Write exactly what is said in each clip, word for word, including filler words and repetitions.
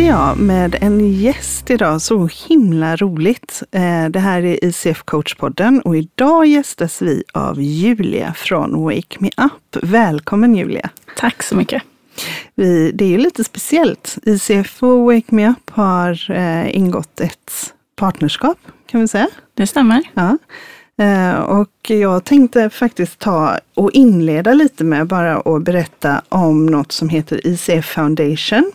jag med en gäst idag, så himla roligt. Det här är I C F Coach-podden och idag gästas vi av Julia från Wake Me Up. Välkommen Julia. Tack så mycket. Vi, det är ju lite speciellt. I C F och Wake Me Up har eh, ingått ett partnerskap, kan vi säga. Det stämmer. Ja. Eh, och jag tänkte faktiskt ta och inleda lite med bara att berätta om något som heter I C F Foundation.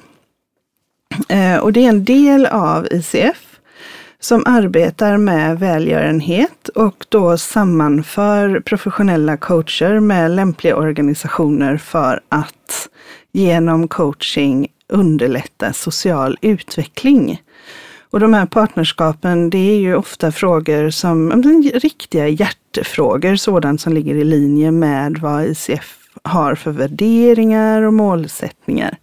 Eh, och det är en del av I C F som arbetar med välgörenhet och då sammanför professionella coacher med lämpliga organisationer för att genom coaching underlätta social utveckling. Och de här partnerskapen, det är ju ofta frågor som riktiga hjärtefrågor, sådant som ligger i linje med vad I C F har för värderingar och målsättningar.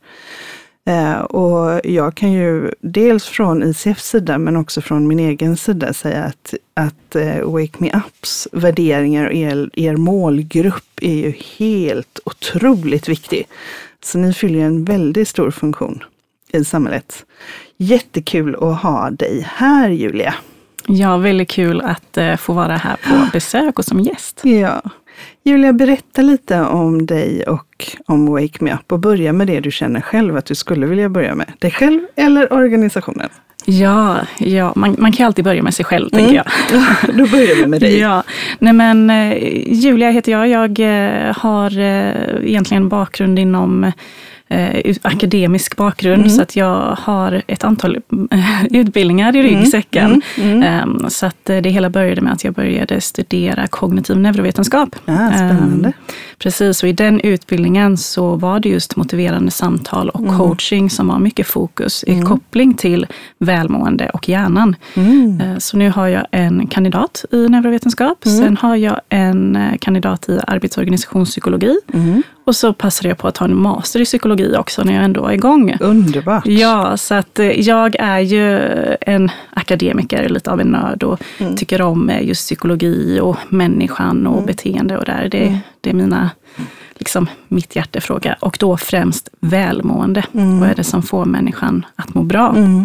Eh, och jag kan ju dels från I C F:s sida men också från min egen sida säga att, att eh, Wake Me Ups värderingar och er, er målgrupp är ju helt otroligt viktig. Så ni fyller en väldigt stor funktion i samhället. Jättekul att ha dig här, Julia. Ja, väldigt kul att uh, få vara här på besök och som gäst. Ja. Julia, berätta lite om dig och om Wake Me Up och börja med det du känner själv att du skulle vilja börja med. Dig själv eller organisationen? Ja, ja man, man kan alltid börja med sig själv, mm. tänker jag. Då börjar vi med dig. Ja, nej men uh, Julia heter jag. Jag uh, har uh, egentligen bakgrund inom Eh, akademisk bakgrund mm. så att jag har ett antal eh, utbildningar i ryggsäcken. Mm. Mm. Eh, så att det hela började med att jag började studera kognitiv neurovetenskap. Ah, spännande. Eh, precis, och i den utbildningen så var det just motiverande samtal och mm. coaching som var mycket fokus i mm. koppling till välmående och hjärnan. Mm. Eh, så nu har jag en kandidat i neurovetenskap. Mm. Sen har jag en kandidat i arbetsorganisationspsykologi. Mm. Och så passade jag på att ta en master i psykologi också när jag ändå är igång. Underbart. Ja, så att jag är ju en akademiker, lite av en nörd och mm. tycker om just psykologi och människan och mm. beteende och där. Det, mm. det är mina, liksom, mitt hjärtefråga. Och då främst välmående. Mm. Vad är det som får människan att må bra? Mm.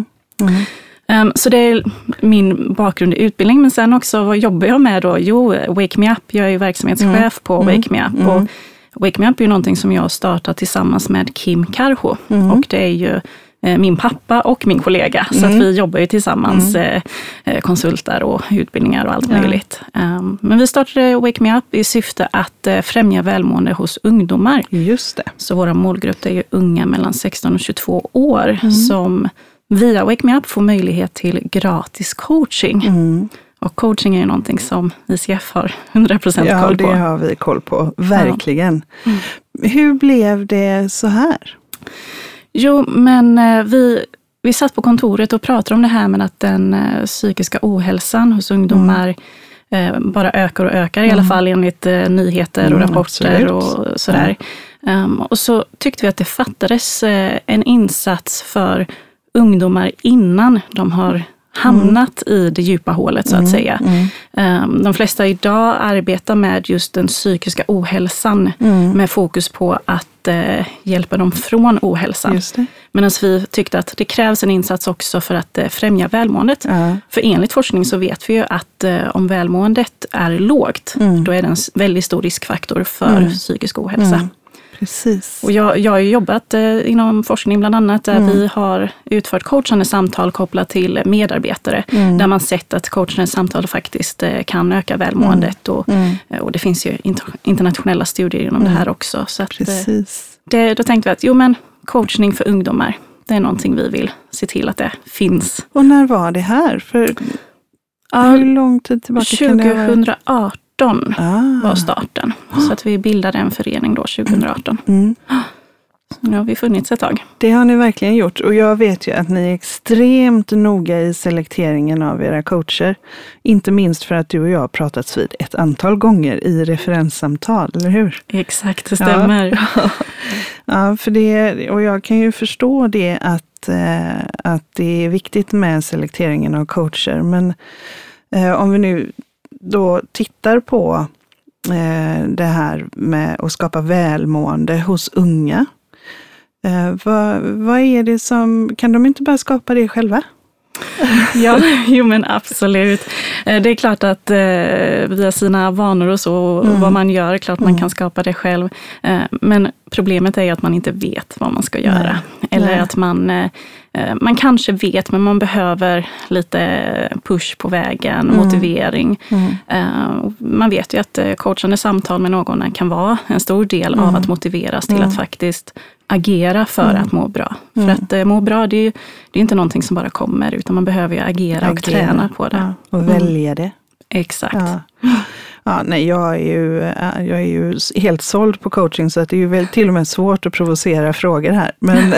Mm. Um, så det är min bakgrund i utbildning. Men sen också, vad jobbar jag med då? Jo, Wake Me Up. Jag är ju verksamhetschef mm. på Wake Me Up. Mm. Och Wake Me Up är ju någonting som jag har startat tillsammans med Kim Karho. Mm. Och det är ju eh, min pappa och min kollega. Mm. Så att vi jobbar ju tillsammans, mm. eh, konsulter och utbildningar och allt ja. möjligt. Um, men vi startade Wake Me Up i syfte att eh, främja välmående hos ungdomar. Just det. Så våra målgrupp är ju unga mellan sexton och tjugotvå år. Mm. Som via Wake Me Up får möjlighet till gratis coaching. Mm. Och coaching är ju någonting som I C F har hundra procent ja, koll på. Ja, det har vi koll på. Verkligen. Ja. Mm. Hur blev det så här? Jo, men vi, vi satt på kontoret och pratade om det här med att den uh, psykiska ohälsan hos ungdomar mm. uh, bara ökar och ökar. Mm. I alla fall enligt uh, nyheter och mm, rapporter absolut. och sådär. Ja. Um, och så tyckte vi att det fattades uh, en insats för ungdomar innan de har hamnat mm. i det djupa hålet så att mm. säga. Mm. De flesta idag arbetar med just den psykiska ohälsan mm. med fokus på att eh, hjälpa dem från ohälsan. Medan vi tyckte att det krävs en insats också för att eh, främja välmåendet. Mm. För enligt forskning så vet vi ju att eh, om välmåendet är lågt mm. då är det en väldigt stor riskfaktor för mm. psykisk ohälsa. Mm. Precis. Och jag, jag har jobbat eh, inom forskning bland annat där mm. vi har utfört coachande samtal kopplat till medarbetare. Mm. Där man sett att coachande samtal faktiskt eh, kan öka välmåendet. Mm. Och, mm. och det finns ju inter- internationella studier inom mm. det här också. Så att, Precis. Det, då tänkte vi att jo, men coachning för ungdomar, det är någonting vi vill se till att det finns. Och när var det här? För ja, hur lång tid tillbaka kan det vara? tjugohundraarton Ah. var starten. Så att vi bildade en förening då tjugohundraarton. Mm. Nu har vi funnits ett tag. Det har ni verkligen gjort. Och jag vet ju att ni är extremt noga i selekteringen av era coacher. Inte minst för att du och jag har pratats vid ett antal gånger i referenssamtal, eller hur? Exakt, det stämmer. Ja, ja för det, och jag kan ju förstå det att, eh, att det är viktigt med selekteringen av coacher. Men eh, om vi nu då tittar på eh, det här med att skapa välmående hos unga. Eh, vad, vad är det som, kan de inte bara skapa det själva? Ja, jo men absolut. Det är klart att eh, via sina vanor och så, mm. vad man gör, klart man mm. kan skapa det själv. Eh, men problemet är att man inte vet vad man ska göra. Nej. Eller Nej. att man, eh, man kanske vet, men man behöver lite push på vägen, mm. motivering. Mm. Eh, man vet ju att coachande samtal med någon kan vara en stor del mm. av att motiveras till mm. att faktiskt agera för mm. att må bra. Mm. För att eh, må bra, det är ju det är inte någonting som bara kommer, utan man behöver ju agera, agera. och träna på det. Ja. Och mm. välja det. Exakt. Ja. Ja, nej, jag är, ju, jag är ju helt såld på coaching, så att det är ju väl till och med svårt att provocera frågor här. Men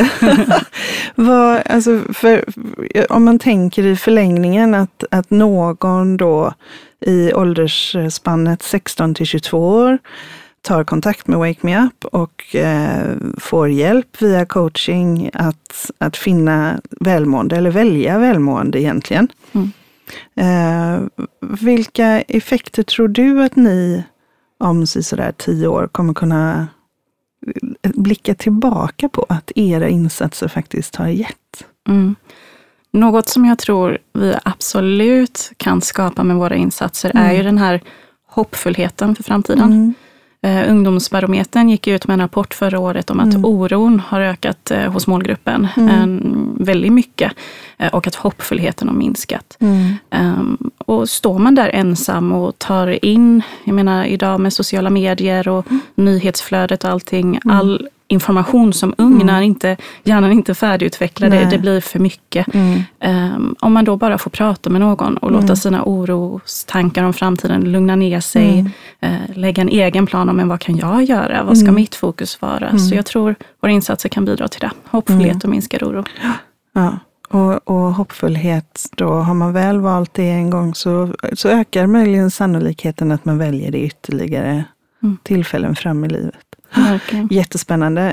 vad, alltså för, om man tänker i förlängningen att, att någon då i åldersspannet sexton till tjugotvå år tar kontakt med Wake Me Up och eh, får hjälp via coaching att, att finna välmående, eller välja välmående egentligen. Mm. Eh, vilka effekter tror du att ni om sådär tio år kommer kunna blicka tillbaka på att era insatser faktiskt har gett? Mm. Något som jag tror vi absolut kan skapa med våra insatser mm. är ju den här hoppfullheten för framtiden. Mm. Uh, Ungdomsbarometern gick ut med en rapport förra året om att mm. oron har ökat uh, hos målgruppen mm. um, väldigt mycket uh, och att hoppfullheten har minskat. Mm. Um, och står man där ensam och tar in, jag menar idag med sociala medier och mm. nyhetsflödet och allting, mm. all information som ung när mm. inte, hjärnan inte är färdigutvecklad, det, det blir för mycket. Mm. Um, om man då bara får prata med någon och mm. låta sina orostankar om framtiden lugna ner sig, mm. uh, lägga en egen plan om men vad kan jag göra, vad ska mm. mitt fokus vara? Mm. Så jag tror våra insatser kan bidra till det. Hoppfullhet mm. och minskad oro. Ja. Och, och hoppfullhet, då har man väl valt det en gång så, så ökar möjligen sannolikheten att man väljer det ytterligare mm. tillfällen fram i livet. Verkligen. Jättespännande.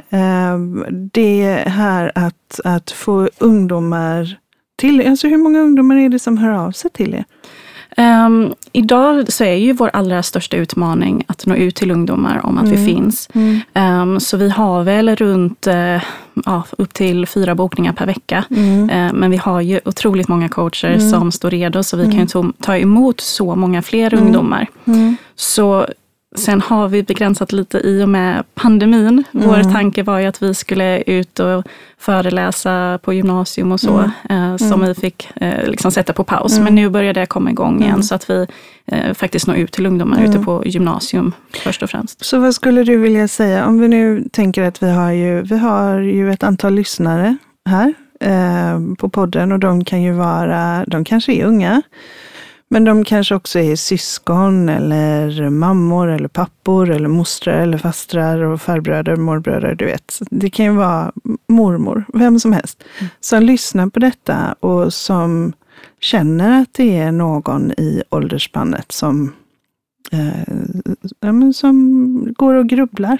Det här att, att få ungdomar till, alltså hur många ungdomar är det som hör av sig till er? Um, idag så är ju vår allra största utmaning att nå ut till ungdomar om att mm. vi finns. Mm. Um, så vi har väl runt uh, ja, upp till fyra bokningar per vecka. Mm. Uh, men vi har ju otroligt många coacher mm. som står redo, så vi mm. kan ju ta, ta emot så många fler mm. ungdomar. Mm. Så sen har vi begränsat lite i och med pandemin. Mm. Vår tanke var ju att vi skulle ut och föreläsa på gymnasium och så. Mm. Eh, som mm. vi fick eh, liksom sätta på paus. Mm. Men nu börjar det komma igång igen. Mm. Så att vi eh, faktiskt når ut till ungdomar mm. ute på gymnasium först och främst. Så vad skulle du vilja säga? Om vi nu tänker att vi har ju, vi har ju ett antal lyssnare här eh, på podden. Och de kan ju vara, de kanske är unga. Men de kanske också är syskon eller mammor eller pappor eller mostrar eller fastrar och farbröder, morbröder, du vet. Det kan ju vara mormor, vem som helst, mm. som lyssnar på detta och som känner att det är någon i åldersspannet som, eh, ja, men som går och grubblar.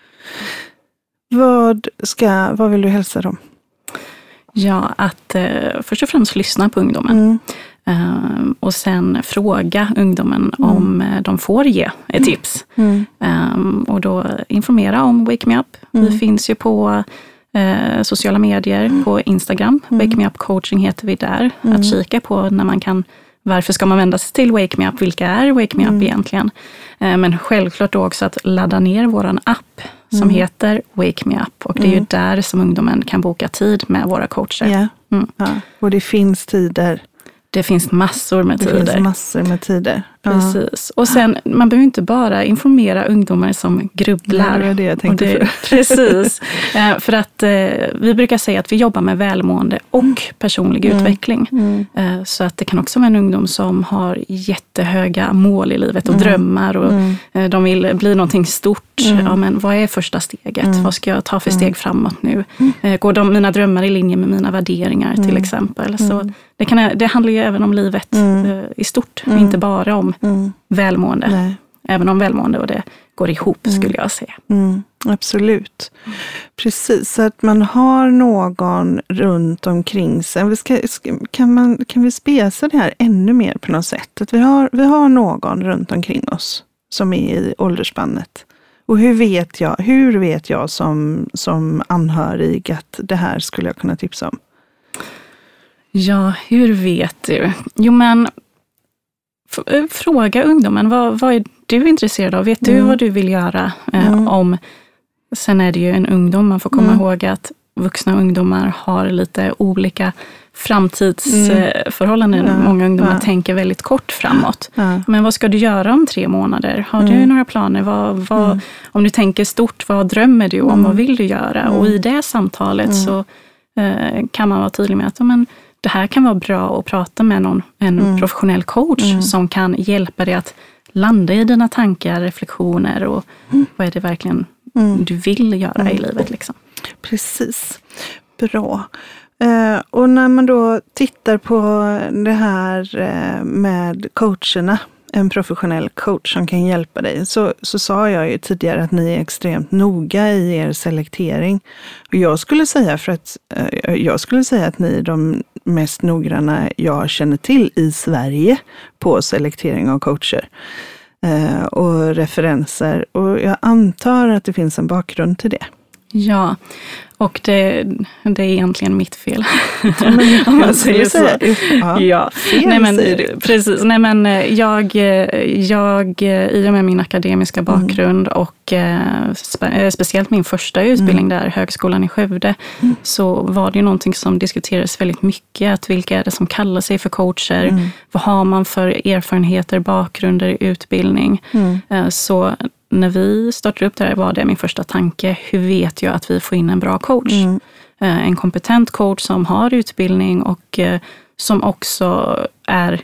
Vad, ska, vad vill du hälsa dem? Ja, att eh, först och främst lyssna på ungdomen. Mm. Um, och sen fråga ungdomen mm. om uh, de får ge ett tips. Mm. Um, och då informera om Wake Me Up. Mm. Vi finns ju på uh, sociala medier, mm. på Instagram. Mm. Wake Me Up Coaching heter vi där. Mm. Att kika på när man kan, varför ska man vända sig till Wake Me Up? Vilka är Wake Me Up mm. egentligen? Uh, men självklart då också att ladda ner våran app som mm. heter Wake Me Up. Och det är mm. ju där som ungdomen kan boka tid med våra coacher. Yeah. Mm. Ja. Och det finns tider. Det finns massor med det tider. Det finns massor med tider. Precis. Och sen, man behöver inte bara informera ungdomar som grubblar. Det var det jag tänkte det, för. Precis. För att vi brukar säga att vi jobbar med välmående och personlig mm. utveckling. Mm. Så att det kan också vara en ungdom som har jättehöga mål i livet och mm. drömmar. Och mm. de vill bli någonting stort. Mm. Ja, men vad är första steget? Mm. Vad ska jag ta för steg mm. framåt nu? Mm. Går de, mina drömmar i linje med mina värderingar till mm. exempel? Mm. Så det, kan, det handlar ju även om livet mm. i stort. Mm. Inte bara om Mm. välmående. Nej. Även om välmående och det går ihop mm. skulle jag säga. Mm. Absolut. Mm. Precis, så att man har någon runt omkring sig. Vi ska, kan, man, kan vi spesa det här ännu mer på något sätt? Att vi har, vi har någon runt omkring oss som är i åldersspannet Och hur vet jag, hur vet jag som, som anhörig att det här skulle jag kunna tipsa om? Ja, hur vet du? Jo, men f- fråga ungdomen, vad, vad är du intresserad av? Vet mm. du vad du vill göra? Eh, mm. om, sen är det ju en ungdom, man får komma mm. ihåg att vuxna ungdomar har lite olika framtidsförhållanden. Mm. Ja, många ungdomar ja. tänker väldigt kort framåt. Ja. Men vad ska du göra om tre månader? Har mm. du några planer? Vad, vad, mm. Om du tänker stort, vad drömmer du om? Mm. Vad vill du göra? Mm. Och i det samtalet mm. så eh, kan man vara tydlig med att men, det här kan vara bra att prata med någon, en mm. professionell coach mm. som kan hjälpa dig att landa i dina tankar, reflektioner och mm. vad är det verkligen mm. du vill göra mm. i livet. Liksom. Precis. Bra. Eh, och när man då tittar på det här eh, med coacherna, en professionell coach som kan hjälpa dig, så, så sa jag ju tidigare att ni är extremt noga i er selektering. Och jag skulle säga för att eh, jag skulle säga att ni är de mest noggranna jag känner till i Sverige på selektering av coacher eh, och referenser. Och jag antar att det finns en bakgrund till det. Ja, och det, det är egentligen mitt fel. Ja, men, om man säger så. Ja, ja. Fel, nej, men, precis. Nej, men jag, jag, i och med min akademiska bakgrund mm. och spe, speciellt min första utbildning mm. där, högskolan i Skövde, mm. så var det ju någonting som diskuterades väldigt mycket. Att vilka är det som kallar sig för coacher? Mm. Vad har man för erfarenheter, bakgrunder, utbildning? Mm. Så när vi startade upp det här var det min första tanke. Hur vet jag att vi får in en bra coach? Mm. En kompetent coach som har utbildning och som också är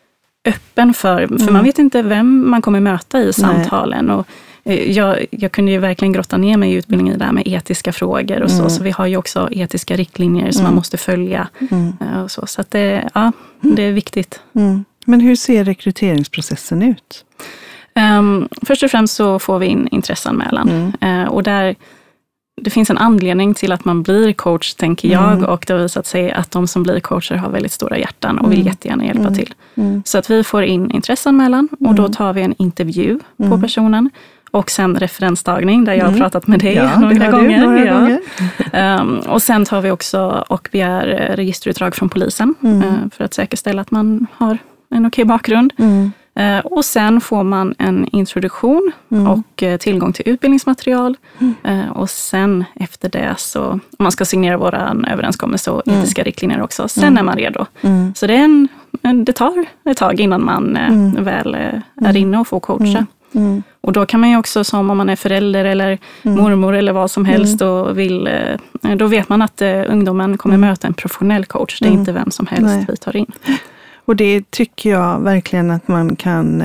öppen för, för mm. man vet inte vem man kommer möta i samtalen. Och jag, jag kunde ju verkligen grotta ner mig i utbildningen där med etiska frågor och så. Mm. Så vi har ju också etiska riktlinjer som mm. man måste följa. Mm. Och så så att det, ja, det är viktigt. Mm. Men hur ser rekryteringsprocessen ut? Um, först och främst så får vi in intresseanmälan. Mm. Uh, och där det finns en anledning till att man blir coach, tänker jag. Mm. Och det har visat sig att de som blir coacher har väldigt stora hjärtan och vill mm. jättegärna hjälpa mm. till. Mm. Så att vi får in intresseanmälan och mm. då tar vi en intervju mm. på personen. Och sen referenstagning där jag har mm. pratat med dig ja, några gånger. några ja. gånger. um, och sen tar vi också och begär registerutdrag från polisen. Mm. Uh, för att säkerställa att man har en okej bakgrund. Mm. Uh, och sen får man en introduktion mm. och uh, tillgång till utbildningsmaterial. Mm. Uh, och sen efter det så, man ska signera våran överenskommelse och mm. etiska riktlinjer också. Sen mm. är man redo. Mm. Så det, är en, en, det tar ett tag innan man uh, mm. väl uh, är inne och får coacha. Mm. Mm. Och då kan man ju också, som om man är förälder eller mm. mormor eller vad som helst mm. och vill, uh, då vet man att uh, ungdomen kommer mm. möta en professionell coach. Det är mm. inte vem som helst Nej. vi tar in. Och det tycker jag verkligen att man kan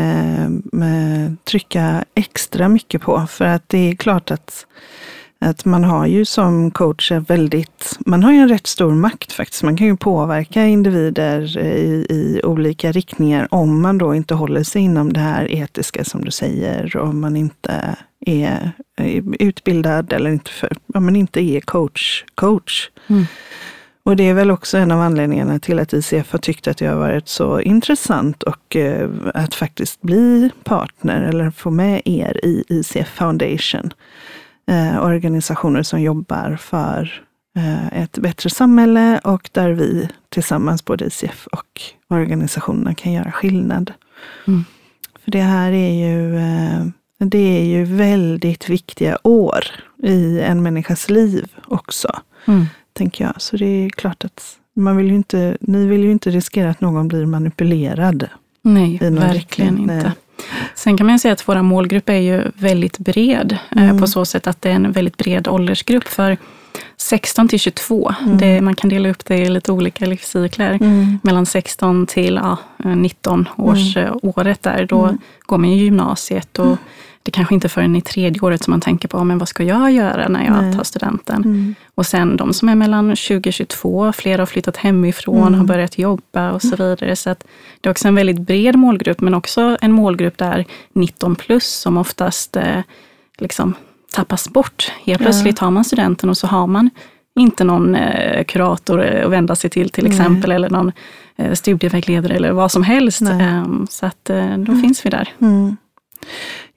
eh, trycka extra mycket på. För att det är klart att, att man har ju som coach väldigt, man har ju en rätt stor makt faktiskt. Man kan ju påverka individer i, i olika riktningar om man då inte håller sig inom det här etiska som du säger. Om man inte är utbildad eller inte, för, om man inte är coach. coach. Mm. Och det är väl också en av anledningarna till att I C F har tyckt att det har varit så intressant och eh, att faktiskt bli partner eller få med er i I C F Foundation. Eh, organisationer som jobbar för eh, ett bättre samhälle och där vi tillsammans, både I C F och organisationerna, kan göra skillnad. Mm. För det här är ju, eh, det är ju väldigt viktiga år i en människas liv också. Mm. Tänker jag. Så det är klart att man vill ju inte, ni vill ju inte riskera att någon blir manipulerad. Nej, verkligen riktning. inte. Sen kan man ju säga att våra målgrupp är ju väldigt bred. Mm. På så sätt att det är en väldigt bred åldersgrupp för sexton till tjugotvå. Mm. Det, man kan dela upp det i lite olika livscykler. Mm. Mellan sexton till ja, nitton års mm. året där. Då mm. går man i gymnasiet och mm. det kanske inte förrän i tredje året som man tänker på, men vad ska jag göra när jag Nej. tar studenten? Mm. Och sen de som är mellan tjugo och tjugotvå, flera har flyttat hemifrån, mm. har börjat jobba och så vidare. Så att det är också en väldigt bred målgrupp, men också en målgrupp där nitton plus som oftast eh, liksom tappas bort. Helt plötsligt ja. har man studenten och så har man inte någon eh, kurator att vända sig till till exempel, Nej. eller någon eh, studievägledare eller vad som helst. Um, så att eh, då mm. finns vi där. Mm.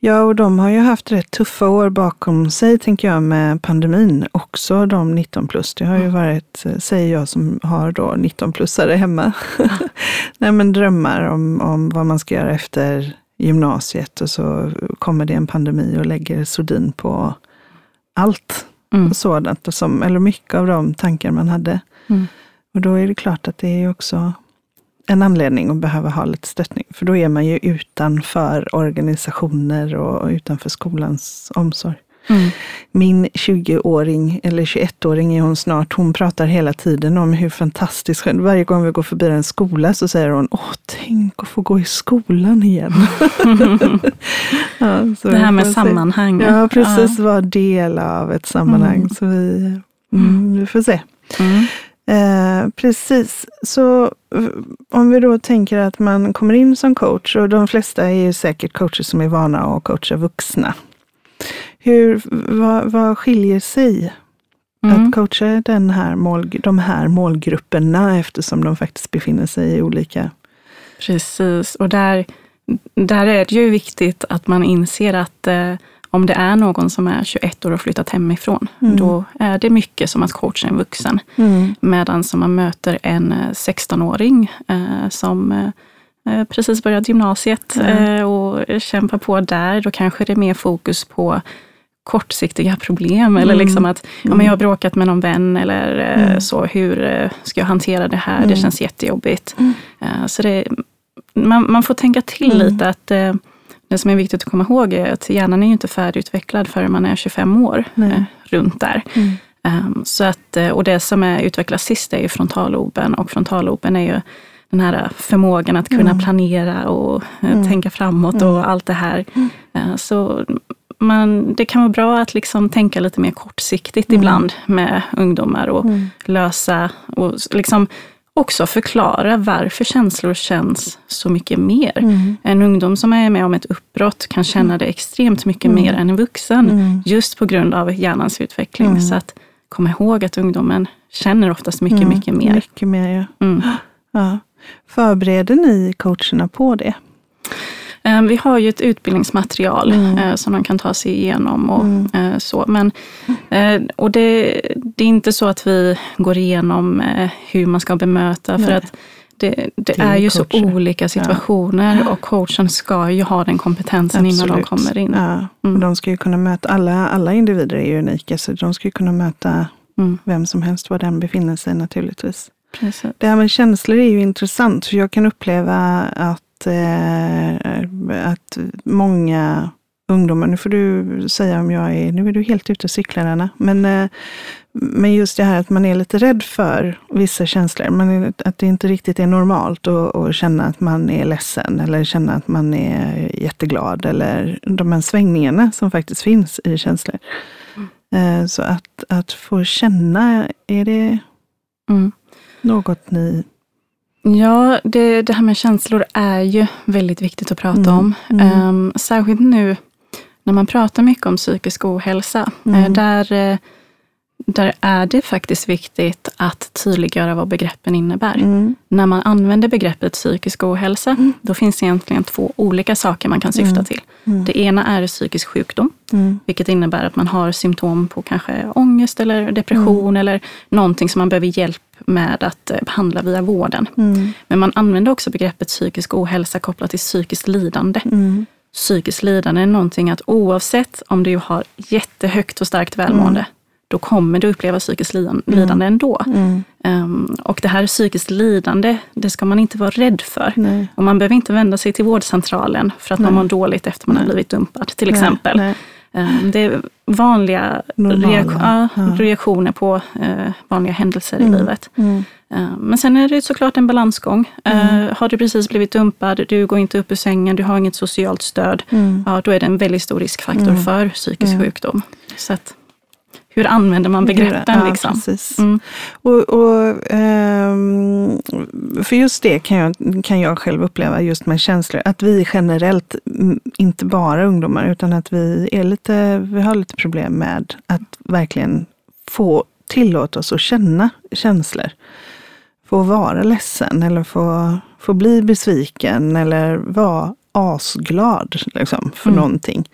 Ja, och de har ju haft rätt tuffa år bakom sig, tänker jag, med pandemin. Också de nitton plus. Det har ju varit, säger jag som har då nitton-plussare hemma. Ja. Nej, men drömmar om, om vad man ska göra efter gymnasiet. Och så kommer det en pandemi och lägger sordin på allt mm. sådant. Och som, eller mycket av de tankar man hade. Mm. Och då är det klart att det är också en anledning att behöva ha lite stöttning. För då är man ju utanför organisationer och utanför skolans omsorg. Mm. Min tjugoåring, eller tjugoettåring är hon snart, hon pratar hela tiden om hur fantastiskt, varje gång vi går förbi en skola så säger hon, åh, tänk att få gå i skolan igen. Ja, så det här med sammanhang. Ja, precis, ja. Vara del av ett sammanhang. Mm. Så vi, mm, vi får se. Mm. Eh, precis, så om vi då tänker att man kommer in som coach, och de flesta är ju säkert coacher som är vana att coacha vuxna. Hur, vad, vad skiljer sig mm. att coacha den här mål, de här målgrupperna, eftersom de faktiskt befinner sig i olika... Precis, och där, där är det ju viktigt att man inser att eh, om det är någon som är tjugoett år och flyttat hemifrån, mm. då är det mycket som att coacha en vuxen. Mm. Medan som man möter en sexton-åring eh, som eh, precis börjat gymnasiet mm. eh, och kämpar på där, då kanske det är mer fokus på kortsiktiga problem. Eller mm. liksom att ja, men jag har bråkat med någon vän eller eh, mm. så, hur eh, ska jag hantera det här? Mm. Det känns jättejobbigt. Mm. Eh, så det, man, man får tänka till mm. lite att eh, det som är viktigt att komma ihåg är att hjärnan är ju inte färdigutvecklad förrän man är tjugofem år eh, runt där. Mm. Um, så att, och det som är utvecklas sist är ju frontalloben, och frontalloben är ju den här förmågan att kunna mm. planera och mm. tänka framåt mm. och allt det här. Mm. Uh, så man, det kan vara bra att liksom tänka lite mer kortsiktigt mm. ibland med ungdomar och mm. lösa och liksom också förklara varför känslor känns så mycket mer. Mm. En ungdom som är med om ett uppbrott kan känna det extremt mycket mm. mer än en vuxen. Mm. Just på grund av hjärnans utveckling. Mm. Så att komma ihåg att ungdomen känner oftast mycket, mm. mycket mer. Mycket mer, ja. Mm. Ja. Förbereder ni coacherna på det? Vi har ju ett utbildningsmaterial mm. som man kan ta sig igenom och mm. så. Men, och det, det är inte så att vi går igenom hur man ska bemöta. Nej. För att det, det, det är, är ju coacher. Så olika situationer ja. Och coachen ska ju ha den kompetensen Absolut. Innan de kommer in. Ja. Mm. De ska ju kunna möta, alla, alla individer är ju unika, så de ska ju kunna möta mm. vem som helst var den befinner sig naturligtvis. Precis. Det här med känslor är ju intressant, för jag kan uppleva att att många ungdomar, nu får du säga om jag är, nu är du helt ute och cyklar, Anna, men, men just det här att man är lite rädd för vissa känslor, man, att det inte riktigt är normalt att, att känna att man är ledsen eller känna att man är jätteglad, eller de här svängningarna som faktiskt finns i känslor. Mm. Så att, att få känna, är det mm. något ni... Ja, det, det här med känslor är ju väldigt viktigt att prata mm. om. Mm. Um, särskilt nu när man pratar mycket om psykisk ohälsa. Mm. Uh, där, uh, där är det faktiskt viktigt att tydliggöra vad begreppen innebär. Mm. När man använder begreppet psykisk ohälsa, mm. då finns det egentligen två olika saker man kan syfta mm. till. Mm. Det ena är psykisk sjukdom, mm. vilket innebär att man har symptom på kanske ångest eller depression mm. eller någonting som man behöver hjälp med att behandla via vården. Mm. Men man använder också begreppet psykisk ohälsa kopplat till psykiskt lidande. Mm. Psykiskt lidande är någonting att oavsett om du har jättehögt och starkt välmående, mm. då kommer du uppleva psykiskt lidande mm. ändå. Mm. Um, och det här psykiskt lidande, det ska man inte vara rädd för. Nej. Och man behöver inte vända sig till vårdcentralen för att nej. Man mår dåligt efter man nej. Har blivit dumpad, till nej. Exempel. Nej. Um, det är vanliga reak- ja, ja. reaktioner på uh, vanliga händelser mm. i livet. Mm. Uh, men sen är det såklart en balansgång. Mm. Uh, har du precis blivit dumpad, du går inte upp ur sängen, du har inget socialt stöd, mm. ja, då är det en väldigt stor riskfaktor mm. för psykisk mm. sjukdom. Så att, hur använder man begreppen? Ja, liksom? Precis. Mm. Och, och, um, för just det kan jag, kan jag själv uppleva just med känslor. Att vi generellt, inte bara ungdomar, utan att vi, är lite, vi har lite problem med att verkligen få tillåta oss att känna känslor. Få vara ledsen eller få, få bli besviken eller vara asglad liksom, för Mm. någonting.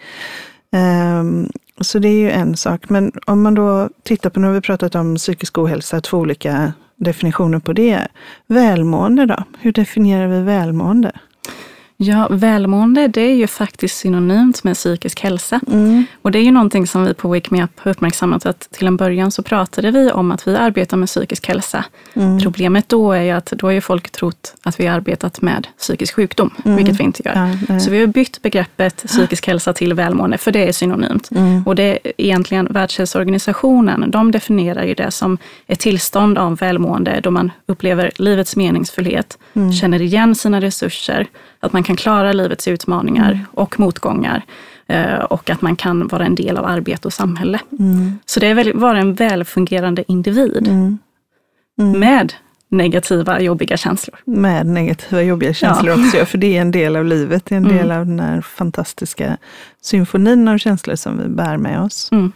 Um, så det är ju en sak. Men om man då tittar på, nu har vi pratat om psykisk ohälsa, två olika definitioner på det. Välmående då? Hur definierar vi välmående? Ja, välmående det är ju faktiskt synonymt med psykisk hälsa. Mm. Och det är ju någonting som vi på Wake Me Up har uppmärksammat att till en början så pratade vi om att vi arbetar med psykisk hälsa. Mm. Problemet då är ju att då har ju folk trott att vi har arbetat med psykisk sjukdom, Mm. vilket vi inte gör. Ja, så vi har bytt begreppet psykisk hälsa till välmående, för det är synonymt. Mm. Och det är egentligen Världshälsoorganisationen, de definierar ju det som ett tillstånd av välmående då man upplever livets meningsfullhet, Mm. känner igen sina resurser, att man kan klara livets utmaningar Mm. och motgångar och att man kan vara en del av arbete och samhälle. Mm. Så det är väl vara en välfungerande individ Mm. Mm. med negativa, jobbiga känslor. Med negativa, jobbiga känslor Ja. också, för det är en del av livet, det är en Mm. del av den här fantastiska symfonin av känslor som vi bär med oss. Mm.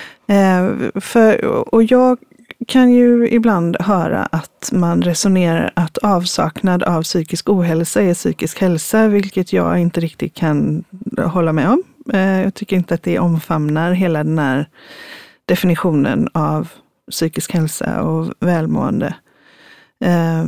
Eh, för, och jag kan ju ibland höra att man resonerar att avsaknad av psykisk ohälsa är psykisk hälsa, vilket jag inte riktigt kan hålla med om. Eh, jag tycker inte att det omfamnar hela den här definitionen av psykisk hälsa och välmående. Eh,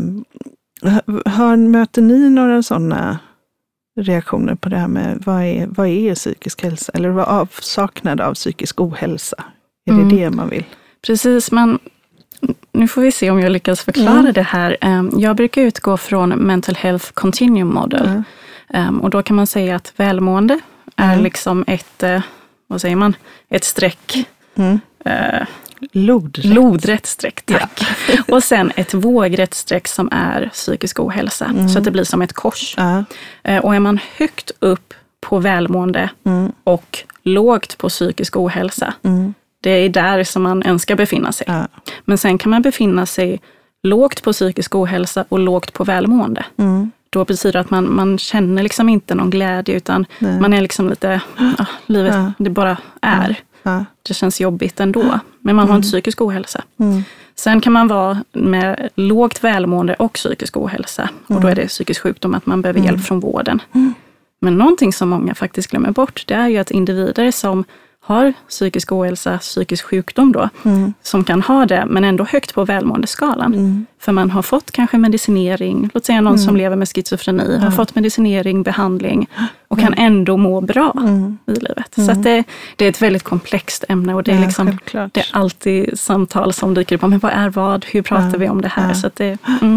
hör, möter ni några sådana reaktioner på det här med vad är, vad är psykisk hälsa? Eller vad avsaknad av psykisk ohälsa? Är det Mm. det man vill? Precis, men nu får vi se om jag lyckas förklara Mm. det här. Jag brukar utgå från Mental Health Continuum Model. Mm. Och då kan man säga att välmående är Mm. liksom ett, vad säger man, ett streck. Mm. Eh, Lodrätt. lodrätt streck, tack. Och sen ett vågrätt streck som är psykisk ohälsa. Mm. Så att det blir som ett kors. Ja. Och är man högt upp på välmående Mm. och lågt på psykisk ohälsa, Mm. det är där som man önskar befinna sig. Ja. Men sen kan man befinna sig lågt på psykisk ohälsa och lågt på välmående. Mm. Då betyder det att man, man känner liksom inte någon glädje, utan Nej. man är liksom lite, ja, livet Ja. det bara är. Ja. Det känns jobbigt ändå. Men man har Mm. en psykisk ohälsa. Mm. Sen kan man vara med lågt välmående och psykisk ohälsa. Och då är det psykisk sjukdom, att man behöver Mm. hjälp från vården. Mm. Men någonting som många faktiskt glömmer bort, det är ju att individer som har psykisk ohälsa, psykisk sjukdom då, Mm. som kan ha det, men ändå högt på välmåendeskalan. Mm. För man har fått kanske medicinering, låt säga någon Mm. som lever med schizofreni, har Ja. fått medicinering, behandling och Mm. kan ändå må bra Mm. i livet. Mm. Så att det, det är ett väldigt komplext ämne och det är, Ja, liksom, självklart. det är alltid samtal som dyker upp. Men vad är vad? Hur pratar Ja. vi om det här? Ja. Så att det, mm.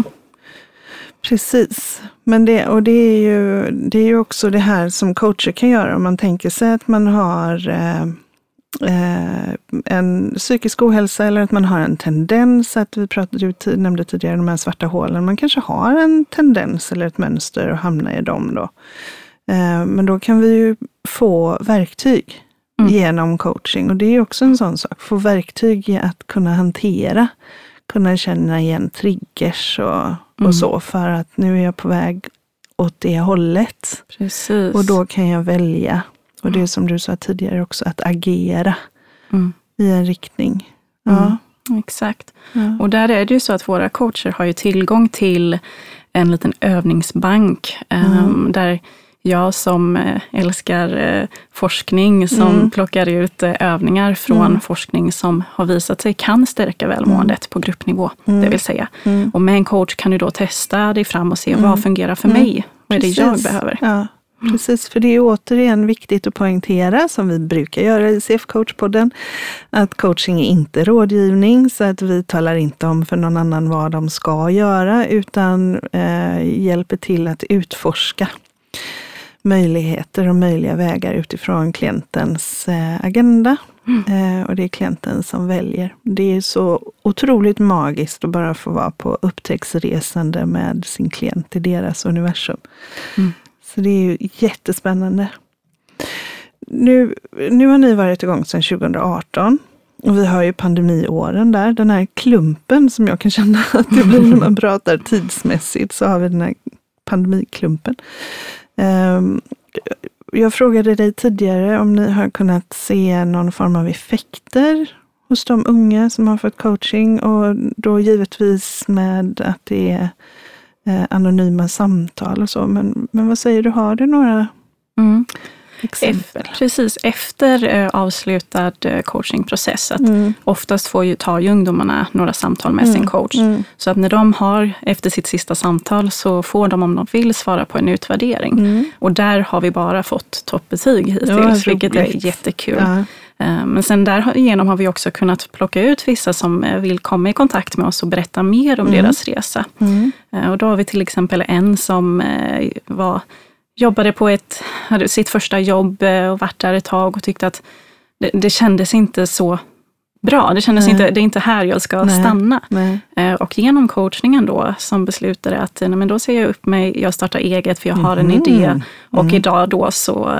Precis. Men det, och det är, ju, det är ju också det här som coacher kan göra. Om man tänker sig att man har eh, eh, en psykisk ohälsa eller att man har en tendens, att vi pratade, du nämnde tidigare de här svarta hålen, man kanske har en tendens eller ett mönster att hamna i dem då. Eh, men då kan vi ju få verktyg Mm. genom coaching, och det är också en sån sak, få verktyg i att kunna hantera, kunna känna igen triggers och, Mm. och så, för att nu är jag på väg åt det hållet. Precis. Och då kan jag välja, och det är som du sa tidigare också, att agera Mm. i en riktning. Ja. Mm. Exakt. Ja. Och där är det ju så att våra coacher har ju tillgång till en liten övningsbank Mm. um, där jag som eh, älskar eh, forskning som Mm. plockar ut eh, övningar från Mm. forskning som har visat sig kan stärka välmåendet på gruppnivå, Mm. det vill säga. Mm. Och med en coach kan du då testa dig fram och se Mm. vad fungerar för Mm. mig. Vad är det jag Precis. behöver? Ja, precis. För det är återigen viktigt att poängtera, som vi brukar göra i C F Coach-podden, att coaching är inte rådgivning, så att vi talar inte om för någon annan vad de ska göra, utan eh, hjälper till att utforska möjligheter och möjliga vägar utifrån klientens eh, agenda. Mm. Eh, och det är klienten som väljer. Det är så otroligt magiskt att bara få vara på upptäcktsresande med sin klient i deras universum. Mm. Så det är ju jättespännande. Nu, nu har ni varit igång sedan tjugo arton. Och vi har ju pandemiåren där. Den här klumpen som jag kan känna att det blir när man pratar tidsmässigt, så har vi den här pandemiklumpen. Um, jag frågade dig tidigare om ni har kunnat se någon form av effekter hos de unga som har fått coaching, och då givetvis med att det är eh, anonyma samtal och så. Men, men vad säger du, har du några mm. exempel? Efter, precis, efter eh, avslutad eh, coachingprocess. Att mm. oftast får ju, tar ju ungdomarna några samtal med mm. sin coach. Mm. Så att när de har, efter sitt sista samtal, så får de, om de vill, svara på en utvärdering. Mm. Och där har vi bara fått toppbetyg hittills, Ja, vilket är jättekul. Ja. Men sen därigenom har vi också kunnat plocka ut vissa som vill komma i kontakt med oss och berätta mer om mm. deras resa. Mm. Och då har vi till exempel en som var, jobbade på ett, hade sitt första jobb och varit där ett tag och tyckte att det, det kändes inte så bra. Det kändes inte, det är inte här jag ska Nej. stanna. Nej. Och genom coachningen då som beslutade att nej, men då ser jag upp mig, jag startar eget för jag har en Mm. idé. Och Mm. idag då så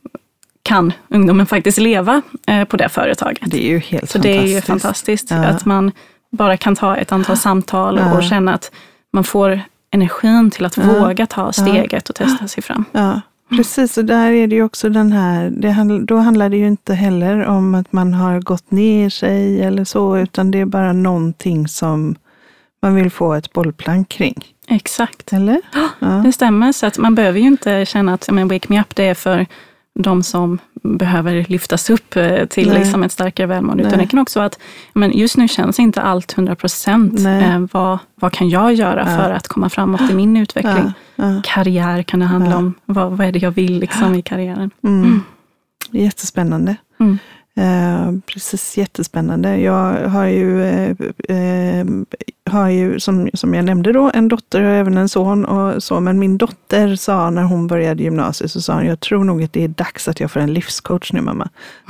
kan ungdomen faktiskt leva eh, på det företaget. Det är ju helt Så fantastiskt. det är ju fantastiskt Ja. att man bara kan ta ett antal samtal Ja. och känna att man får energin till att Ja. våga ta steget och testa sig fram. Ja, precis. Och där är det ju också den här, det handl, då handlar det ju inte heller om att man har gått ner sig eller så, utan det är bara någonting som man vill få ett bollplank kring. Exakt. Eller? Ja. Det stämmer, så att man behöver ju inte känna att men, Wake Me Up det är för de som behöver lyftas upp till liksom ett starkare välmående. Utan det kan också vara att men just nu känns inte allt hundra procent. Eh, vad, vad kan jag göra ja. för att komma framåt i min utveckling? Ja. Ja. Karriär kan det handla ja. om. Vad, vad är det jag vill liksom, i karriären? Mm. Mm. Jättespännande. Mm. Eh, precis, jättespännande. Jag har ju, eh, eh, har ju som, som jag nämnde då, en dotter och även en son och så, men min dotter sa när hon började gymnasiet så sa hon, jag tror nog att det är dags att jag får en livscoach nu, mamma.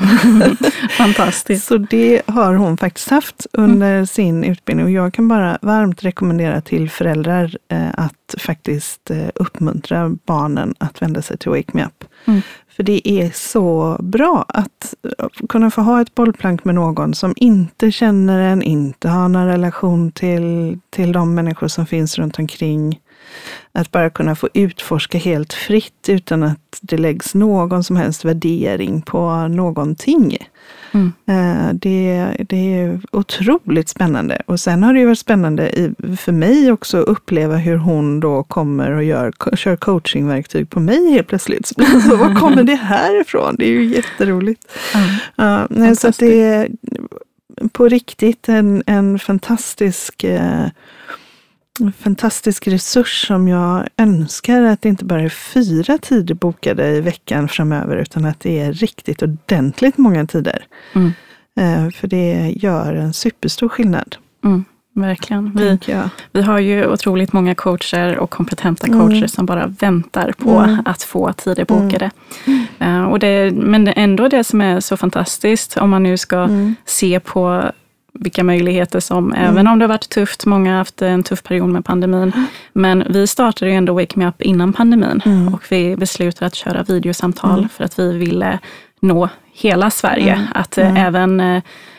Fantastiskt. Så det har hon faktiskt haft under mm. sin utbildning och jag kan bara varmt rekommendera till föräldrar eh, att faktiskt eh, uppmuntra barnen att vända sig till Wake Me Up. Mm. För det är så bra att kunna få ha ett bollplank med någon som inte känner en, inte har någon relation till, till de människor som finns runt omkring. Att bara kunna få utforska helt fritt utan att det läggs någon som helst värdering på någonting. Mm. Det, det är otroligt spännande. Och sen har det ju varit spännande i, för mig också att uppleva hur hon då kommer och gör, kör coachingverktyg på mig helt plötsligt. Så vad kommer det här ifrån? Det är ju jätteroligt. Mm. Uh, så att det är på riktigt en, en fantastisk... Uh, En fantastisk resurs som jag önskar att det inte bara är fyra tider bokade i veckan framöver utan att det är riktigt ordentligt många tider. Mm. Eh, för det gör en superstor skillnad. Mm, verkligen. Vi, vi har ju otroligt många coacher och kompetenta coacher mm. som bara väntar på mm. att få tider bokade. Mm. Uh, och det, men det är ändå det som är så fantastiskt om man nu ska mm. se på vilka möjligheter som, mm. även om det har varit tufft, många har haft en tuff period med pandemin, mm. men vi startade ju ändå Wake Me Up innan pandemin mm. och vi beslutade att köra videosamtal mm. för att vi ville nå hela Sverige, mm. att mm. även eh,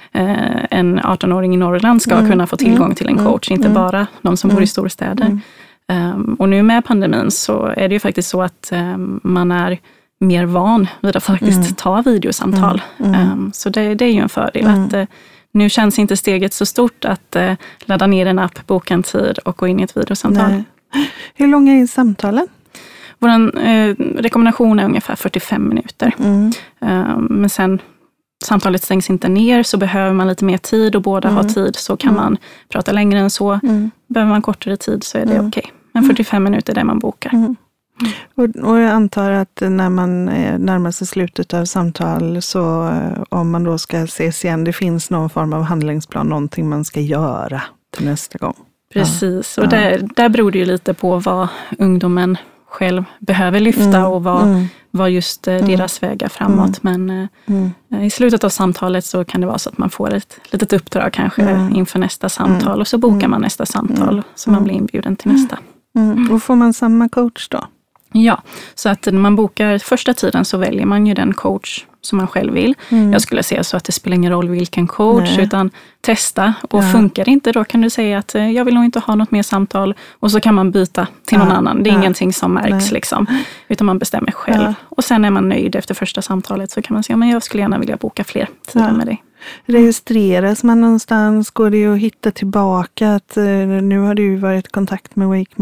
en arton-åring i Norrland ska mm. kunna få tillgång till en coach, mm. inte bara de som mm. bor i storstäder. Mm. Um, och nu med pandemin så är det ju faktiskt så att um, man är mer van vid att faktiskt mm. ta videosamtal. Mm. Mm. Um, så det, det är ju en fördel mm. att uh, nu känns inte steget så stort att eh, ladda ner en app, boka en tid och gå in i ett videosamtal. Nej. Hur långa är samtalen? Vår eh, rekommendation är ungefär fyrtiofem minuter. Mm. Uh, men sen samtalet stängs inte ner så behöver man lite mer tid och båda mm. har tid så kan mm. man prata längre än så. Mm. Behöver man kortare tid så är det mm. okej. Okay. Men fyrtiofem minuter är det man bokar. Mm. Och, och jag antar att när man närmar sig slutet av samtal så om man då ska ses igen, det finns någon form av handlingsplan, någonting man ska göra till nästa gång. Precis, ja. och där, där beror det ju lite på vad ungdomen själv behöver lyfta mm. och vad, mm. vad just mm. deras vägar framåt. Mm. Men mm. i slutet av samtalet så kan det vara så att man får ett litet uppdrag kanske mm. inför nästa samtal mm. och så bokar man nästa samtal mm. så man blir inbjuden till nästa. Mm. Och får man samma coach då? Ja, så att när man bokar första tiden så väljer man ju den coach som man själv vill. Mm. Jag skulle säga så att det spelar ingen roll vilken coach Nej. utan testa. Och ja. funkar det inte då kan du säga att jag vill nog inte ha något mer samtal och så kan man byta till någon ja. annan. Det är ja. ingenting som märks liksom, utan man bestämmer själv. Ja. Och sen är man nöjd efter första samtalet så kan man säga men jag skulle gärna vilja boka fler tider ja. med dig. Registreras man någonstans? Går det att hitta tillbaka? Att, nu har du varit i kontakt med Wake Me Up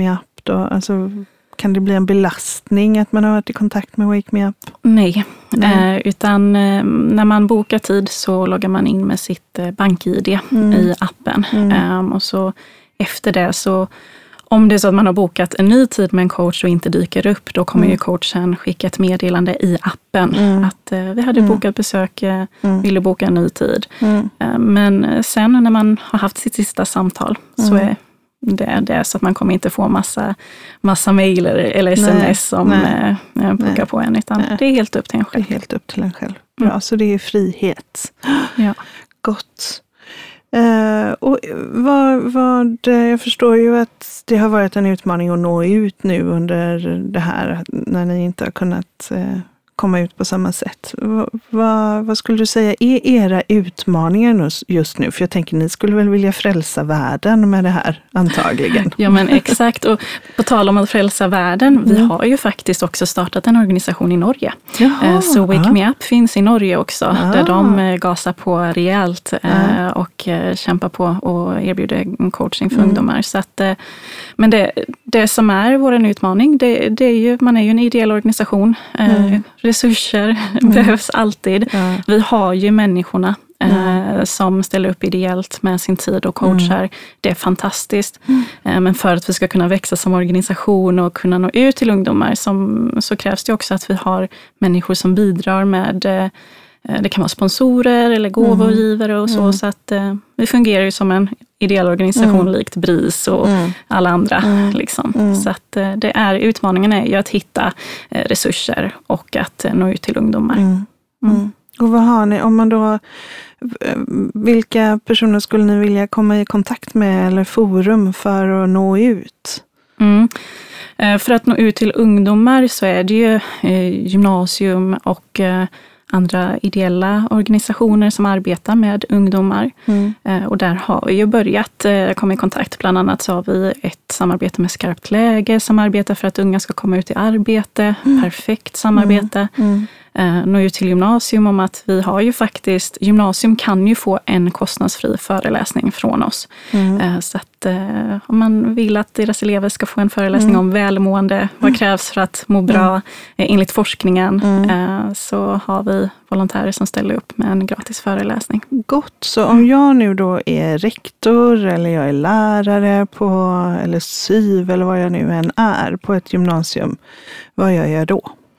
då? Alltså, kan det bli en belastning att man har varit i kontakt med Wake Me Up? Nej, eh, utan eh, när man bokar tid så loggar man in med sitt eh, bank-I D mm. i appen. Mm. Eh, och så efter det så, om det är så att man har bokat en ny tid med en coach och inte dyker upp, då kommer mm. ju coachen skicka ett meddelande i appen mm. att eh, vi hade mm. bokat besök, eh, mm. vill du boka en ny tid. Mm. Eh, men sen när man har haft sitt sista samtal mm. så är det, det är så att man kommer inte få massa, massa mejl eller sms som nej, eh, puckar på en, utan nej. Det är helt upp till en själv. Det är helt upp till en själv. Bra, mm. så det är frihet. Ja. Gott. Uh, och vad, vad, jag förstår ju att det har varit en utmaning att nå ut nu under det här, när ni inte har kunnat uh, komma ut på samma sätt. Va, va, vad skulle du säga är era utmaningar just nu? För jag tänker, ni skulle väl vilja frälsa världen med det här, antagligen. Ja, men exakt. Och på tal om att frälsa världen, mm. vi har ju faktiskt också startat en organisation i Norge. Jaha, så Wake Me Up finns i Norge också, ah. där de gasar på rejält ah. och kämpar på och erbjuder coaching för mm. ungdomar. Så att, men det, det som är vår utmaning, det, det är ju, man är ju en ideell organisation. Mm. Resurser mm. behövs alltid. Ja. Vi har ju människorna eh, mm. som ställer upp ideellt med sin tid och coachar. Mm. Det är fantastiskt. Mm. Eh, men för att vi ska kunna växa som organisation och kunna nå ut till ungdomar som, så krävs det också att vi har människor som bidrar med, eh, det kan vara sponsorer eller gåvogivare och så. Mm. Så att eh, vi fungerar ju som en ideell organisation mm. likt BRIS och mm. alla andra. Mm. Liksom. Mm. Så att eh, det är, utmaningen är ju att hitta eh, resurser och att eh, nå ut till ungdomar. Mm. Mm. Och vad har ni, om man då, vilka personer skulle ni vilja komma i kontakt med eller forum för att nå ut? Mm. Eh, för att nå ut till ungdomar så är det ju eh, gymnasium och eh, andra ideella organisationer som arbetar med ungdomar. Mm. Eh, och där har vi ju börjat eh, komma i kontakt. Bland annat så har vi ett samarbete med Skarpt läge som arbetar för att unga ska komma ut i arbete. Mm. Perfekt samarbete. Mm. Mm. Eh, nå ut till gymnasium om att vi har ju faktiskt, gymnasium kan ju få en kostnadsfri föreläsning från oss. Mm. Eh, så att eh, om man vill att deras elever ska få en föreläsning mm. om välmående, vad krävs för att må bra mm. eh, enligt forskningen, mm. eh, så har vi volontärer som ställer upp med en gratis föreläsning. Gott, så om jag nu då är rektor eller jag är lärare på, eller syv eller vad jag nu än är på ett gymnasium, vad gör jag då?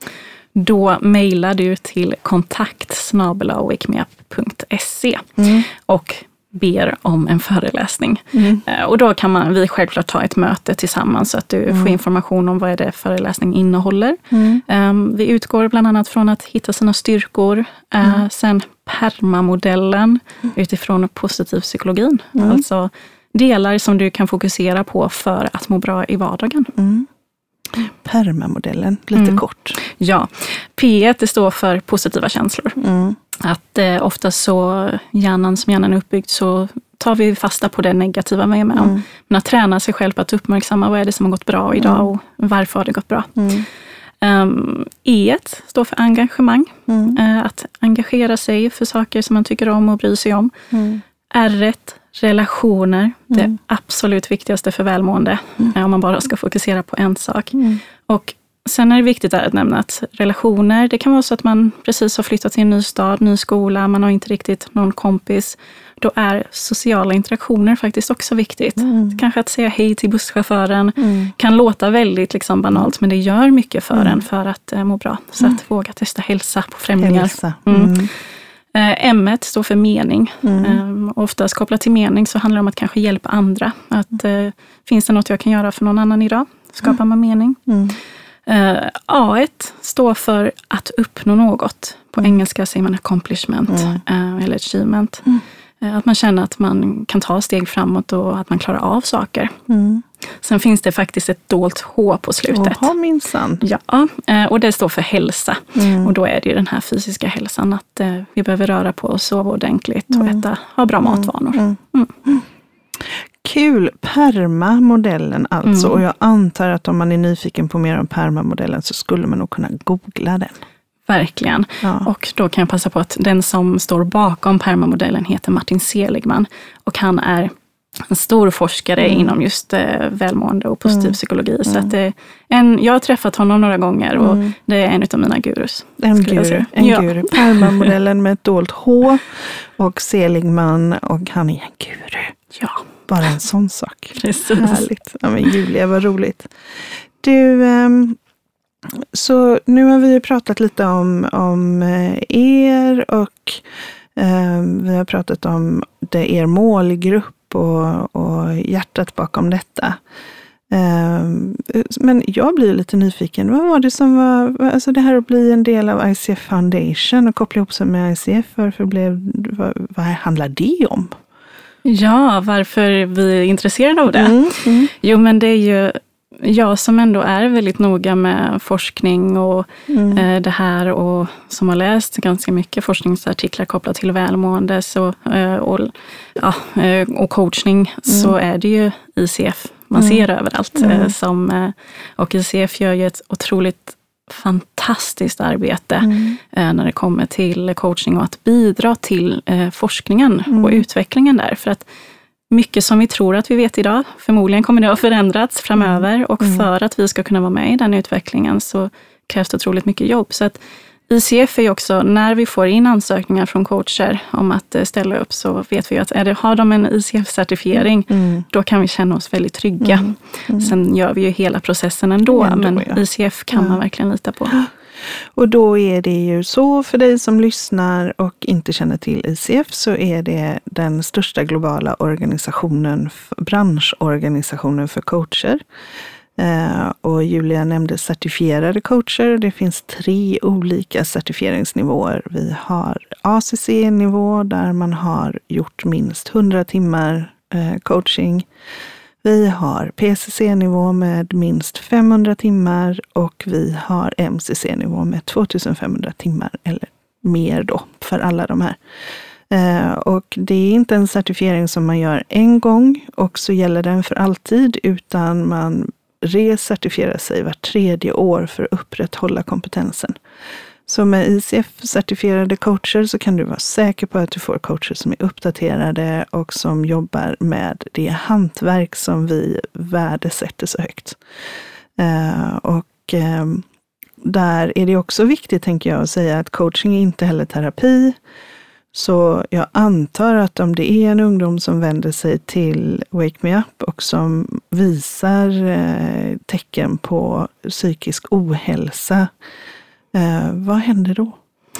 Då mejlar du till kontakt snabel-a wakemeup punkt se mm. och ber om en föreläsning. Mm. Och då kan man, vi självklart ta ett möte tillsammans så att du mm. får information om vad är det föreläsning innehåller. Mm. Um, vi utgår bland annat från att hitta sina styrkor. Mm. Uh, sen PERMA-modellen mm. utifrån positiv psykologin. Mm. Alltså delar som du kan fokusera på för att må bra i vardagen. Mm. PERMA-modellen, lite mm. kort. Ja, P ett det står för positiva känslor. Mm. Att eh, ofta så, hjärnan som hjärnan är uppbyggd så tar vi fasta på det negativa vi är med om. Mm. Men att träna sig själv på att uppmärksamma vad är det som har gått bra idag mm. och varför har det gått bra. Mm. Um, E ett står för engagemang. Mm. Uh, att engagera sig för saker som man tycker om och bryr sig om. Mm. R ett, relationer. Mm. Det absolut viktigaste för välmående. Mm. Om man bara ska fokusera på en sak. Mm. Och sen är det viktigt att nämna att relationer, det kan vara så att man precis har flyttat till en ny stad, ny skola, man har inte riktigt någon kompis. Då är sociala interaktioner faktiskt också viktigt. Mm. Kanske att säga hej till busschauffören mm. kan låta väldigt liksom banalt, men det gör mycket för mm. en för att uh, må bra. Så mm. att våga testa hälsa på främlingar. Hälsa. Mm. Mm. M ett står för mening. Mm. Oftast kopplat till mening så handlar det om att kanske hjälpa andra. Att, mm. finns det något jag kan göra för någon annan idag? Skapar mm. man mening. Mm. A ett står för att uppnå något. På mm. engelska säger man accomplishment mm. eller achievement. Mm. Att man känner att man kan ta steg framåt och att man klarar av saker. Mm. Sen finns det faktiskt ett dolt H på slutet. Jaha, minsann. Ja, och det står för hälsa. Mm. Och då är det ju den här fysiska hälsan. Att vi behöver röra på oss, sova ordentligt och mm. äta, ha bra matvanor. Mm. Mm. Mm. Kul, PERMA-modellen alltså. Mm. Och jag antar att om man är nyfiken på mer om PERMA-modellen så skulle man nog kunna googla den. Verkligen. Ja. Och då kan jag passa på att den som står bakom PERMA-modellen heter Martin Seligman. Och han är en stor forskare mm. inom just eh, välmående och positiv mm. psykologi. Så att, eh, en, jag har träffat honom några gånger och mm. det är en av mina gurus. En guru, en ja. guru. Perma-modellen med ett dolt H och Seligman, och han är en guru. Ja. Bara en sån sak. Precis. Härligt. Ja, men Julia, vad roligt. Du, ähm, så nu har vi ju pratat lite om, om er och ähm, vi har pratat om det, er målgrupp och, och hjärtat bakom detta. Ähm, men jag blir lite nyfiken. Vad var det som var, alltså det här att bli en del av I C F Foundation och koppla ihop sig med I C F, varför blev, vad, vad handlar det om? Ja, varför vi är intresserade av det? Mm, mm. Jo, men det är ju jag som ändå är väldigt noga med forskning och mm. eh, det här, och som har läst ganska mycket forskningsartiklar kopplat till välmående så, eh, och, ja, eh, och coachning, mm. så är det ju I C F man mm. ser överallt. Mm. Eh, som, eh, och I C F gör ju ett otroligt fantastiskt arbete mm. eh, när det kommer till coachning och att bidra till eh, forskningen mm. och utvecklingen där. För att mycket som vi tror att vi vet idag, förmodligen kommer det att förändras framöver, och mm. för att vi ska kunna vara med i den utvecklingen så krävs det otroligt mycket jobb. Så att I C F är ju också, när vi får in ansökningar från coacher om att ställa upp, så vet vi att är det, har de en I C F-certifiering, mm. då kan vi känna oss väldigt trygga. Mm. Mm. Sen gör vi ju hela processen ändå, ändå men ja. I C F kan ja. man verkligen lita på. Och då är det ju så, för dig som lyssnar och inte känner till I C F, så är det den största globala organisationen, branschorganisationen för coacher. Uh, och Julia nämnde certifierade coacher. Det finns tre olika certifieringsnivåer. Vi har A C C-nivå där man har gjort minst hundra timmar uh, coaching. Vi har P C C-nivå med minst femhundra timmar och vi har M C C-nivå med tvåtusenfemhundra timmar eller mer då för alla de här. Uh, och det är inte en certifiering som man gör en gång och så gäller den för alltid, utan man recertifiera sig var tredje år för att upprätthålla kompetensen. Så med I C F-certifierade coacher så kan du vara säker på att du får coacher som är uppdaterade och som jobbar med det hantverk som vi värdesätter så högt. Uh, och um, där är det också viktigt, tänker jag, att säga att coaching är inte heller terapi. Så jag antar att om det är en ungdom som vänder sig till Wake Me Up och som visar eh, tecken på psykisk ohälsa, eh, vad händer då?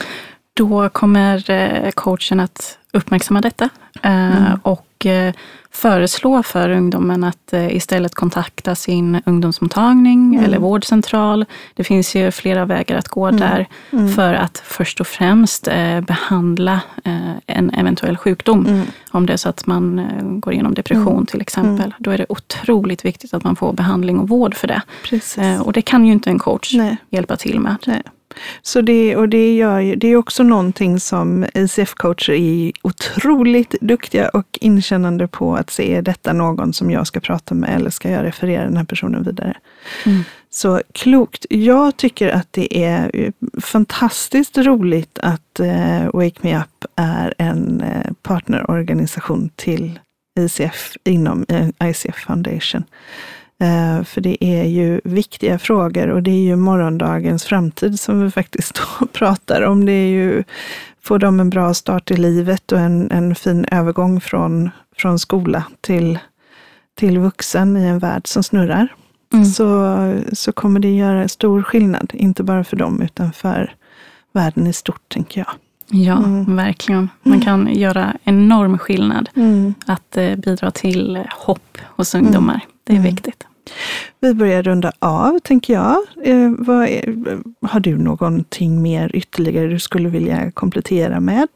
Då kommer eh, coachen att uppmärksamma detta eh, mm. och eh, föreslå för ungdomen att eh, istället kontakta sin ungdomsmottagning mm. eller vårdcentral. Det finns ju flera vägar att gå mm. där mm. för att först och främst eh, behandla eh, en eventuell sjukdom. Mm. Om det är så att man eh, går igenom depression mm. till exempel. Mm. Då är det otroligt viktigt att man får behandling och vård för det. Eh, och det kan ju inte en coach Nej. hjälpa till med. Nej. Så det, och det, gör ju, det är också någonting som I C F-coacher är otroligt duktiga och inkännande på, att se, är detta någon som jag ska prata med eller ska jag referera den här personen vidare. Mm. Så klokt. Jag tycker att det är fantastiskt roligt att eh, Wake Me Up är en eh, partnerorganisation till I C F inom eh, I C F Foundation. Uh, för det är ju viktiga frågor och det är ju morgondagens framtid som vi faktiskt pratar om. Det är ju, får de en bra start i livet och en, en fin övergång från, från skola till, till vuxen i en värld som snurrar. Mm. Så, så kommer det göra stor skillnad, inte bara för dem utan för världen i stort, tänker jag. Ja, mm. verkligen. Man kan mm. göra enorm skillnad mm. att eh, bidra till hopp hos ungdomar. Mm. Det är mm. viktigt. Vi börjar runda av, tänker jag. Eh, vad är, har du någonting mer ytterligare du skulle vilja komplettera med?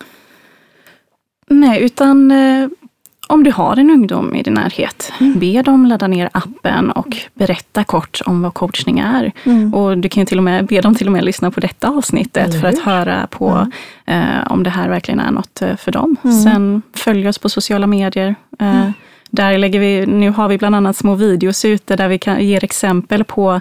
Nej, utan eh, om du har en ungdom i din närhet, mm. be dem ladda ner appen och berätta kort om vad coachning är. Mm. Och du kan ju till och med be dem till och med lyssna på detta avsnittet för att höra på mm. eh, om det här verkligen är något för dem. Mm. Sen följ oss på sociala medier. Eh, mm. Där lägger vi, nu har vi bland annat små videos ute där vi kan ge exempel på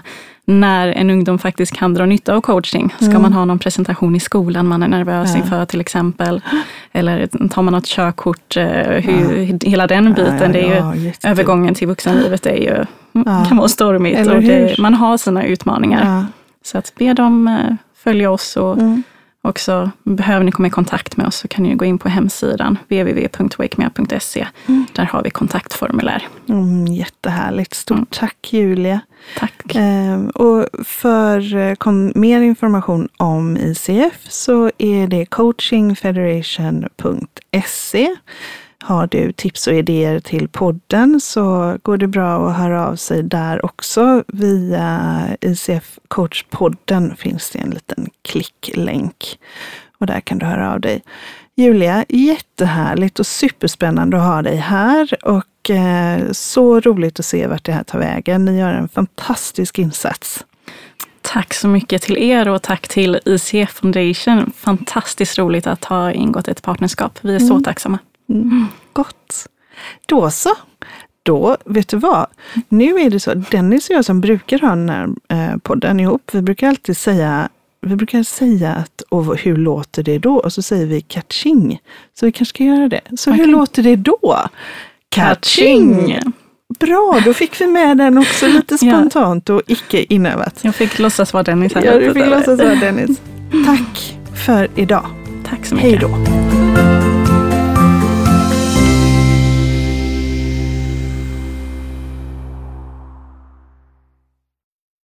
när en ungdom faktiskt kan dra nytta av coaching. Ska mm. man ha någon presentation i skolan man är nervös ja. inför till exempel. Eller tar man något körkort, hur, ja. hela den biten. Ja, ja, det är ju, ja, övergången till vuxenlivet är ju, ja. kan vara stormigt. Och det, man har sina utmaningar. Ja. Så att be dem följa oss och mm. också behöver ni komma i kontakt med oss så kan ni gå in på hemsidan w w w punkt wakemeup punkt se. Mm. Där har vi kontaktformulär. Mm, jättehärligt. Stort mm. tack Julia. Tack. Ehm, och för kom, mer information om I C F så är det coaching federation punkt se. Har du tips och idéer till podden så går det bra att höra av sig där också. Via I C F Coach-podden finns det en liten klicklänk och där kan du höra av dig. Julia, jättehärligt och superspännande att ha dig här och eh, så roligt att se vart det här tar vägen. Ni gör en fantastisk insats. Tack så mycket till er och tack till I C F Foundation. Fantastiskt roligt att ha ingått ett partnerskap. Vi är mm. så tacksamma. Mm. Gott. Då så. Då, vet du vad? Nu är det så, Dennis och jag som brukar ha den här eh, podden ihop, vi brukar alltid säga, vi brukar säga att, och hur låter det då? Och så säger vi catching. Så vi kanske ska göra det. Så okay. Hur låter det då? Catching! Bra, då fick vi med den också lite spontant och icke inövat. Jag fick låtsas vara Dennis här. Ja, du fick låtsas vara Dennis. Tack för idag. Tack så mycket. Hej då.